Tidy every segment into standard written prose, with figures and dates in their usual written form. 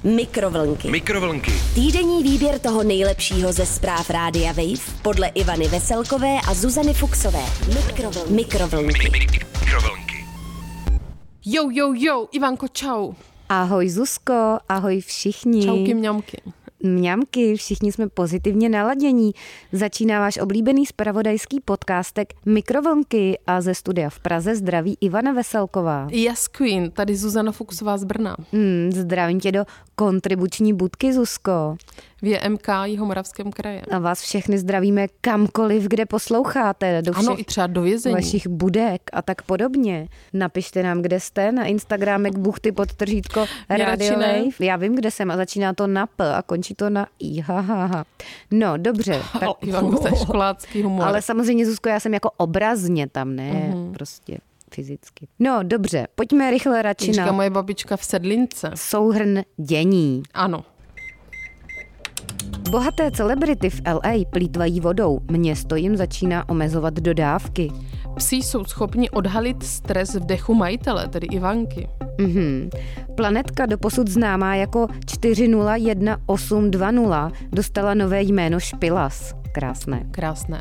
Mikrovlnky. Týdenní výběr toho nejlepšího ze zpráv Rádia Wave podle Ivany Veselkové a Zuzany Fuxové. Mikrovlnky. Jo, Ivanko, čau. Ahoj Zuzko, ahoj všichni. Čauky mňamky. Mňamky, všichni jsme pozitivně naladění. Začíná váš oblíbený zpravodajský podcastek Mikrovlnky a ze studia v Praze zdraví Ivana Veselková. Yes Queen, tady Zuzana Fuxová z Brna. Zdravím tě do kontribuční budky, Zuzko. V JMK Jihomoravském kraji. A vás všechny zdravíme kamkoliv, kde posloucháte. Do ano, i třeba do vězení. Vašich budek a tak podobně. Napište nám, kde jste, na Instagramek buchty_, Radio Wave. Já vím, kde jsem a začíná to na P a končí to na I. No, dobře. Tak... Ivanko, to je školácký humor. Ale samozřejmě, Zuzko, já jsem jako obrazně tam, ne prostě fyzicky. No, dobře, pojďme rychle radši na... moje babička v Sedlince. Souhrn dění. Ano. Bohaté celebrity v LA plýtvají vodou. Město jim začíná omezovat dodávky. Psi jsou schopni odhalit stres v dechu majitele, tedy Ivanky. Planetka doposud známá jako 401820 dostala nové jméno Špilas. Krásné.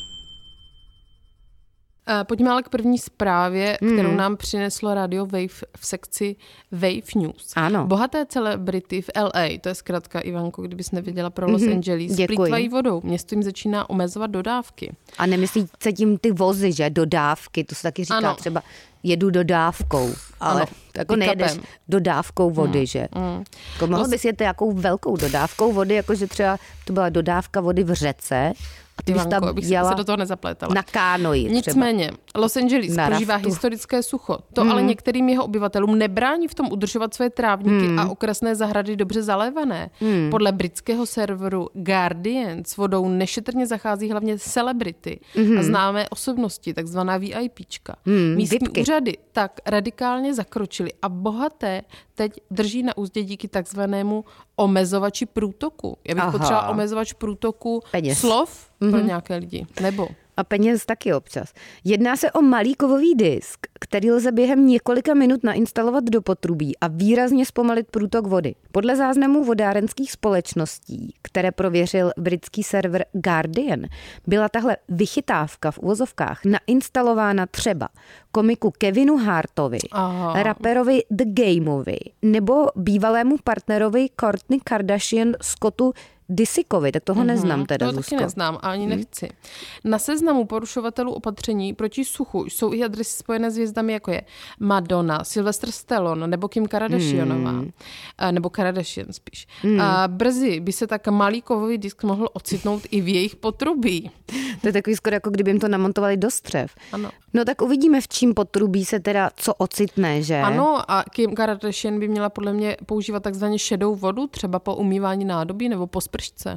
Pojďme ale k první zprávě, kterou nám přineslo Radio Wave v sekci Wave News. Ano. Bohaté celebrity v LA, to je zkrátka, Ivanko, kdybys nevěděla, pro Los Angeles, plýtvají vodou. Město jim začíná omezovat dodávky. A nemyslíte tím ty vozy, že? Dodávky, to se taky říká třeba jedu dodávkou, ale jako nejedeš dodávkou vody, že? Jako mohl bys jet jakou velkou dodávkou vody, jakože třeba to byla dodávka vody v řece, a ty Ivanko, abych se do toho nezaplétala. Na kánoji třeba. Nicméně, Los Angeles prožívá historické sucho. To ale některým jeho obyvatelům nebrání v tom udržovat své trávníky a okrasné zahrady dobře zalévané. Podle britského serveru Guardian s vodou nešetrně zachází hlavně celebrity a známé osobnosti, takzvaná VIPčka. Místní úřady tak radikálně zakročily a bohaté teď drží na úzdě díky takzvanému omezovači průtoku. Já bych potřebovala omezovač průtoku slov pro nějaké lidi. Nebo... A peněz taky občas. Jedná se o malý kovový disk, který lze během několika minut nainstalovat do potrubí a výrazně zpomalit průtok vody. Podle záznamů vodárenských společností, které prověřil britský server Guardian, byla tahle vychytávka v uvozovkách nainstalována třeba komiku Kevinu Hartovi, raperovi The Gameovi nebo bývalému partnerovi Kourtney Kardashian Scottu Disicovi, tak toho neznám teda, Zuzko. To taky neznám a ani nechci. Na seznamu porušovatelů opatření proti suchu jsou i adresy spojené s hvězdami, jako je Madonna, Sylvester Stallone nebo Kim Kardashianová. Nebo Kardashian spíš. A brzy by se tak malý kovový disk mohl ocitnout i v jejich potrubí. To je takový skoro, jako kdyby jim to namontovali do střev. Ano. No tak uvidíme, v čím potrubí se teda co ocitne, že? Ano, a Kim Kardashian by měla podle mě používat takzvaně šedou vodu, třeba po umývání nádobí nebo po spršce.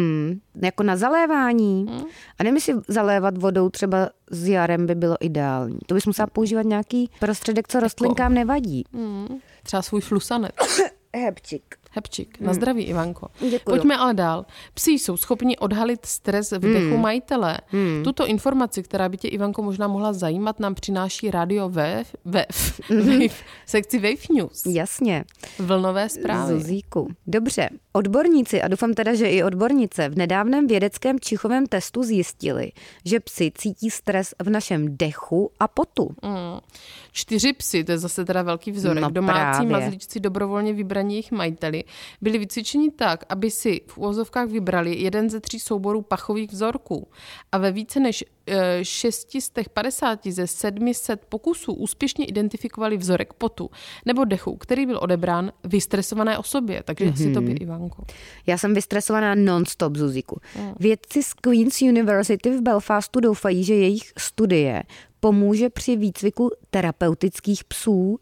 Jako na zalévání. A nevím, jestli zalévat vodou třeba s jarem by bylo ideální. To bys musela používat nějaký prostředek, co rostlinkám nevadí. Třeba svůj flusanec. Hebčík. Na zdraví, Ivanko. Děkuju. Pojďme ale dál. Psi jsou schopni odhalit stres v dechu majitele. Tuto informaci, která by tě, Ivanko, možná mohla zajímat, nám přináší Radio Wave sekci Wave News. Jasně. Vlnové zprávy. Zuzíku. Dobře. Odborníci, a doufám teda, že i odbornice, v nedávném vědeckém čichovém testu zjistili, že psi cítí stres v našem dechu a potu. 4 psy, to je zase teda velký vzorek. No, domácí mazlíčci dobrovolně vybraní jejich majiteli byli vycvičeni tak, aby si v uvozovkách vybrali jeden ze 3 souborů pachových vzorků a ve více než 650 ze 700 pokusů úspěšně identifikovali vzorek potu nebo dechu, který byl odebrán vystresované osobě. Takže asi tobě, Ivanko. Já jsem vystresovaná non-stop, Zuziku. Vědci z Queen's University v Belfastu doufají, že jejich studie pomůže při výcviku terapeutických psů.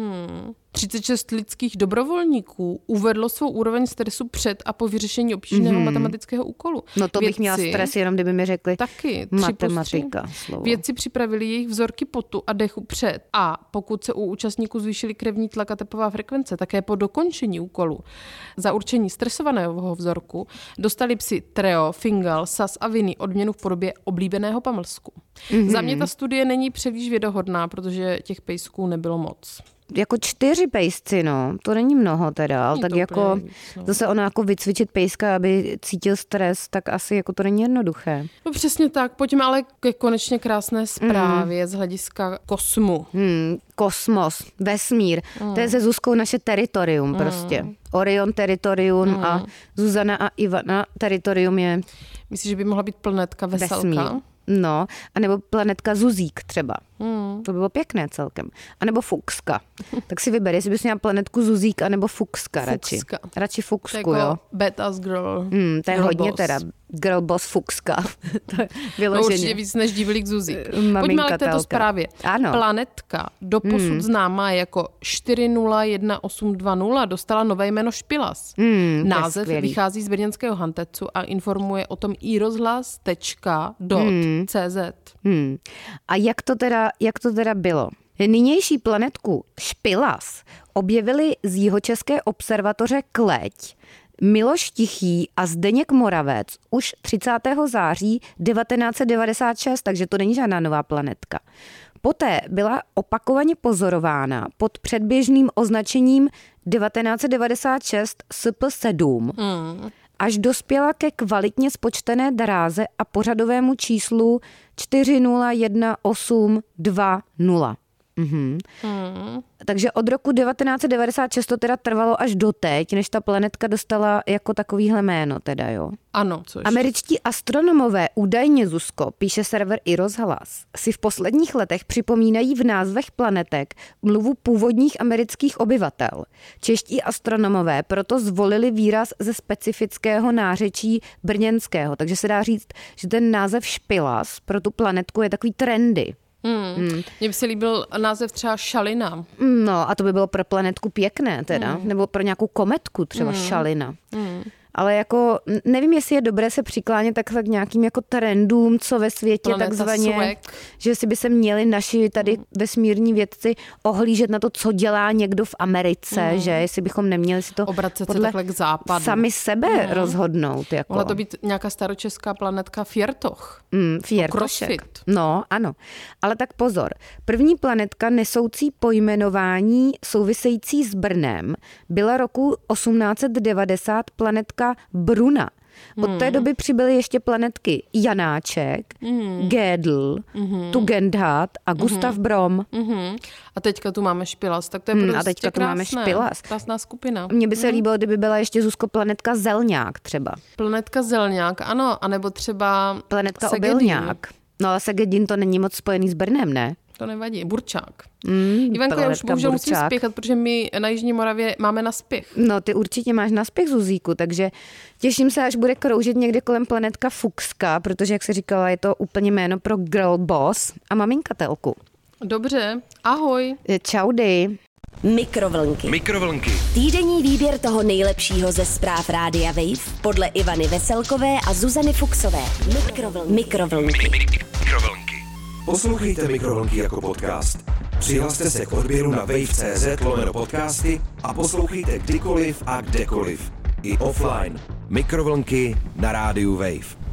36 lidských dobrovolníků uvedlo svou úroveň stresu před a po vyřešení obtížného matematického úkolu. No to bych měla stres, jenom kdyby mi řekli taky, matematika. Slovo. Vědci připravili jejich vzorky potu a dechu před a pokud se u účastníků zvýšily krevní tlak a tepová frekvence, také po dokončení úkolu. Za určení stresovaného vzorku dostali psi Treo, Fingal, Sas a Winnie odměnu v podobě oblíbeného pamlsku. Za mě ta studie není příliš vědohodná, protože těch pejsků nebylo moc. Jako 4 4 pejsci, no. To není mnoho teda, ale tak jako zase ono jako vycvičit pejska, aby cítil stres, tak asi jako to není jednoduché. No přesně tak, pojďme ale ke konečně krásné zprávě z hlediska kosmu. Kosmos, vesmír, to je se Zuzkou naše teritorium prostě. Orion teritorium a Zuzana a Ivana teritorium je... Myslíš, že by mohla být planetka Veselka? Vesmír. No, anebo planetka Zuzík třeba. To by bylo pěkné celkem. A nebo Fuxka. Tak si vyber, jestli bys měla planetku Zuzík, anebo Fuxka radši. Radši Fuxku, jo. Badass girl. To je girl hodně boss. teda. Girl boss Fuxka. To je vyloženě. No určitě víc než Divilík Zuzík. Pojďme ale k této zprávě. Ano. Planetka, doposud známá jako 401820, dostala nové jméno Špilas. Název vychází z brněnského Hantecu a informuje o tom iRozhlas.cz. A jak to teda bylo? Nynější planetku Špilas objevili z jihočeské observatoře Kleť Miloš Tichý a Zdeněk Moravec už 30. září 1996, takže to není žádná nová planetka. Poté byla opakovaně pozorována pod předběžným označením 1996 SP7, až dospěla ke kvalitně spočtené dráze a pořadovému číslu 401820. Takže od roku 1996 to teda trvalo až doteď, než ta planetka dostala jako takovýhle jméno teda, jo. Ano, což. Američtí astronomové údajně, Zuzko, píše server iRozhlas, si v posledních letech připomínají v názvech planetek mluvu původních amerických obyvatel. Čeští astronomové proto zvolili výraz ze specifického nářečí brněnského, takže se dá říct, že ten název Špilas pro tu planetku je takový trendy. Mně by se líbil název třeba Šalina. No a to by bylo pro planetku pěkné teda, nebo pro nějakou kometku třeba Šalina. Ale jako nevím, jestli je dobré se přiklánět tak nějakým jako trendům, co ve světě Planeta takzvaně, swag. že si by se měli naši tady vesmírní vědci ohlížet na to, co dělá někdo v Americe, že jestli bychom neměli si to obracet se takhle k západu. Sami sebe rozhodnout. Jako. Mohla to být nějaká staročeská planetka Fjertoch. Fjertošek. No, ano. Ale tak pozor. První planetka nesoucí pojmenování související s Brnem byla roku 1890 planetka Bruna. Od té doby přibyly ještě planetky Janáček, Gödel, Tugendhat a Gustav Brom. A teďka tu máme Špilas, tak to je prostě a teďka tu máme Špilas. Krásná skupina. Mně by se líbilo, kdyby byla ještě, Zuzko, planetka Zelňák třeba. Planetka Zelňák, ano, anebo třeba planetka Segedin. Obilňák. No ale Segedin to není moc spojený s Brnem, ne? To nevadí. Burčák. Ivanko, já už bohužel musím spěchat, protože my na Jižní Moravě máme na spěch. No, ty určitě máš na spěch, Zuzíku, takže těším se, až bude kroužit někde kolem planetka Fuxka, protože, jak se říkala, je to úplně jméno pro girl boss a maminkatelku. Dobře, ahoj. Čaudy. Mikrovlnky. Týdenní výběr toho nejlepšího ze zpráv Rádia Wave podle Ivany Veselkové a Zuzany Fuxové. Mikrovlnky. Poslouchejte Mikrovlnky jako podcast. Přihlaste se k odběru na wave.cz/podcasty a poslouchejte kdykoliv a kdekoliv. I offline. Mikrovlnky na rádiu Wave.